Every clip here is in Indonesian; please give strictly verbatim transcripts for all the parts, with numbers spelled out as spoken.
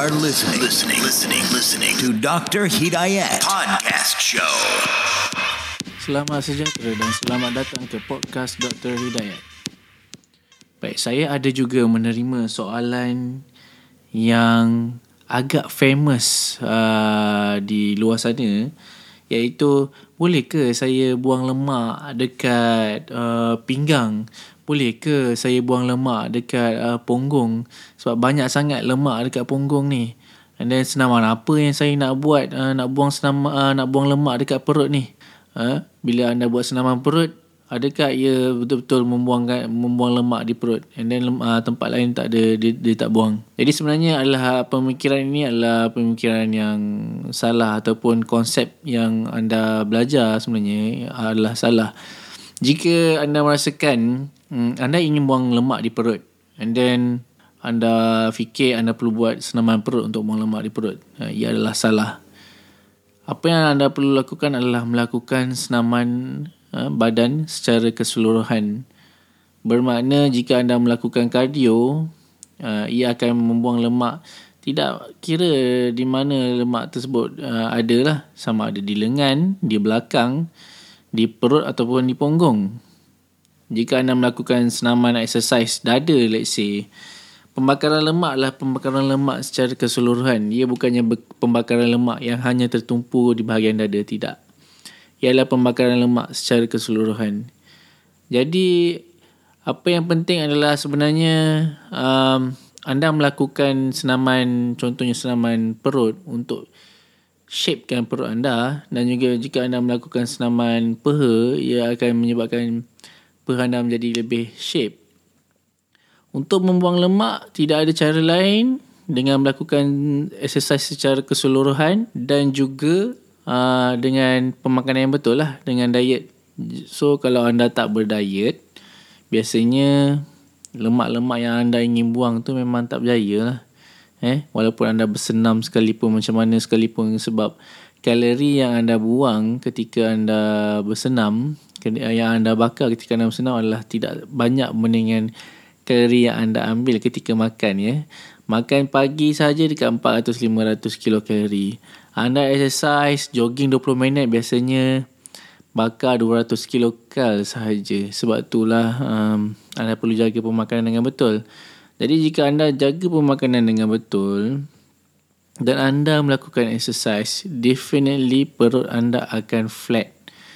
are listening, listening, listening, listening to Doctor Hidayat Podcast Show. Selamat sejahtera dan selamat datang ke podcast Doktor Hidayat. Baik, saya ada juga menerima soalan yang agak famous uh, di luar sana, iaitu boleh ke saya buang lemak dekat uh, pinggang? Boleh ke saya buang lemak dekat uh, punggung? Sebab banyak sangat lemak dekat punggung ni. And then senaman apa yang saya nak buat? Uh, nak buang senam, uh, nak buang lemak dekat perut ni. Uh, bila anda buat senaman perut, adakah ia betul-betul membuangkan membuang lemak di perut? And then uh, tempat lain tak ada, dia, dia tak buang. Jadi sebenarnya adalah pemikiran ini adalah pemikiran yang salah, ataupun konsep yang anda belajar sebenarnya adalah salah. Jika anda merasakan hmm, anda ingin buang lemak di perut, and then anda fikir anda perlu buat senaman perut untuk buang lemak di perut, uh, ia adalah salah. Apa yang anda perlu lakukan adalah melakukan senaman uh, badan secara keseluruhan. Bermakna jika anda melakukan kardio, uh, ia akan membuang lemak. Tidak kira di mana lemak tersebut uh, ada lah. Sama ada di lengan, di belakang, di perut ataupun di punggung. Jika anda melakukan senaman exercise dada, let's say, pembakaran lemak adalah pembakaran lemak secara keseluruhan. Ia bukannya pembakaran lemak yang hanya tertumpu di bahagian dada, tidak. Ia adalah pembakaran lemak secara keseluruhan. Jadi, apa yang penting adalah sebenarnya um, anda melakukan senaman, contohnya senaman perut untuk shapekan perut anda, dan juga jika anda melakukan senaman peha, ia akan menyebabkan peha anda menjadi lebih shape. Untuk membuang lemak, tidak ada cara lain dengan melakukan exercise secara keseluruhan dan juga uh, dengan pemakanan yang betul lah, dengan diet. So, kalau anda tak berdiet, biasanya lemak-lemak yang anda ingin buang tu memang tak berjaya lah. Eh, walaupun anda bersenam sekalipun, macam mana sekalipun, sebab kalori yang anda buang ketika anda bersenam, yang anda bakar ketika anda bersenam adalah tidak banyak berbanding kalori yang anda ambil ketika makan, ya. Makan pagi saja dekat empat ratus lima ratus kilokalori. Anda exercise, jogging dua puluh minit, biasanya bakar dua ratus kilokal sahaja. Sebab itulah um, anda perlu jaga pemakanan dengan betul. Jadi jika anda jaga pemakanan dengan betul dan anda melakukan exercise, definitely perut anda akan flat.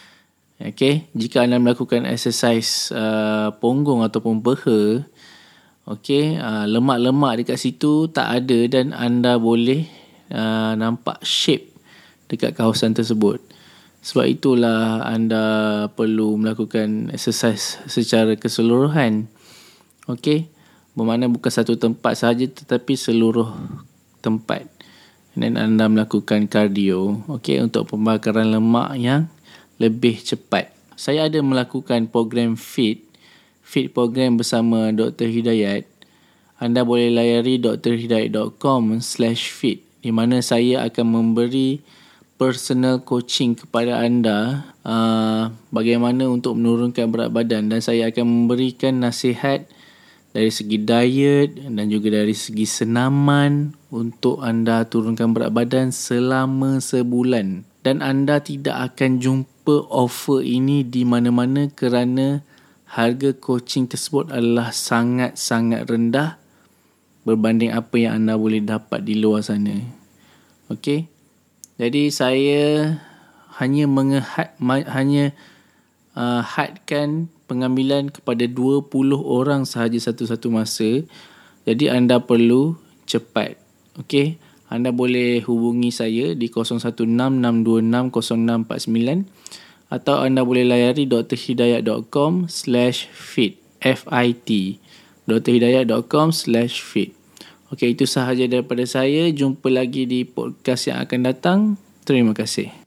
Okay, jika anda melakukan exercise uh, punggung ataupun peha, okay, uh, lemak-lemak dekat situ tak ada dan anda boleh uh, nampak shape dekat kawasan tersebut. Sebab itulah anda perlu melakukan exercise secara keseluruhan. Okay, bermakna bukan satu tempat sahaja tetapi seluruh tempat. Dan anda melakukan kardio, okay, untuk pembakaran lemak yang lebih cepat. Saya ada melakukan program Fit. Fit program bersama Doktor Hidayat. Anda boleh layari d r hidayat dot com slash fit, di mana saya akan memberi personal coaching kepada anda uh, bagaimana untuk menurunkan berat badan, dan saya akan memberikan nasihat dari segi diet dan juga dari segi senaman untuk anda turunkan berat badan selama sebulan. Dan anda tidak akan jumpa offer ini di mana-mana kerana harga coaching tersebut adalah sangat-sangat rendah berbanding apa yang anda boleh dapat di luar sana. Okey. Jadi saya hanya mengehad hanya uh, hadkan pengambilan kepada dua puluh orang sahaja satu-satu masa. Jadi anda perlu cepat. Okey, anda boleh hubungi saya di kosong satu enam enam dua enam kosong enam empat sembilan atau anda boleh layari d r hidayat dot com slash fit F I T d r hidayat dot com slash fit. Okey, itu sahaja daripada saya. Jumpa lagi di podcast yang akan datang. Terima kasih.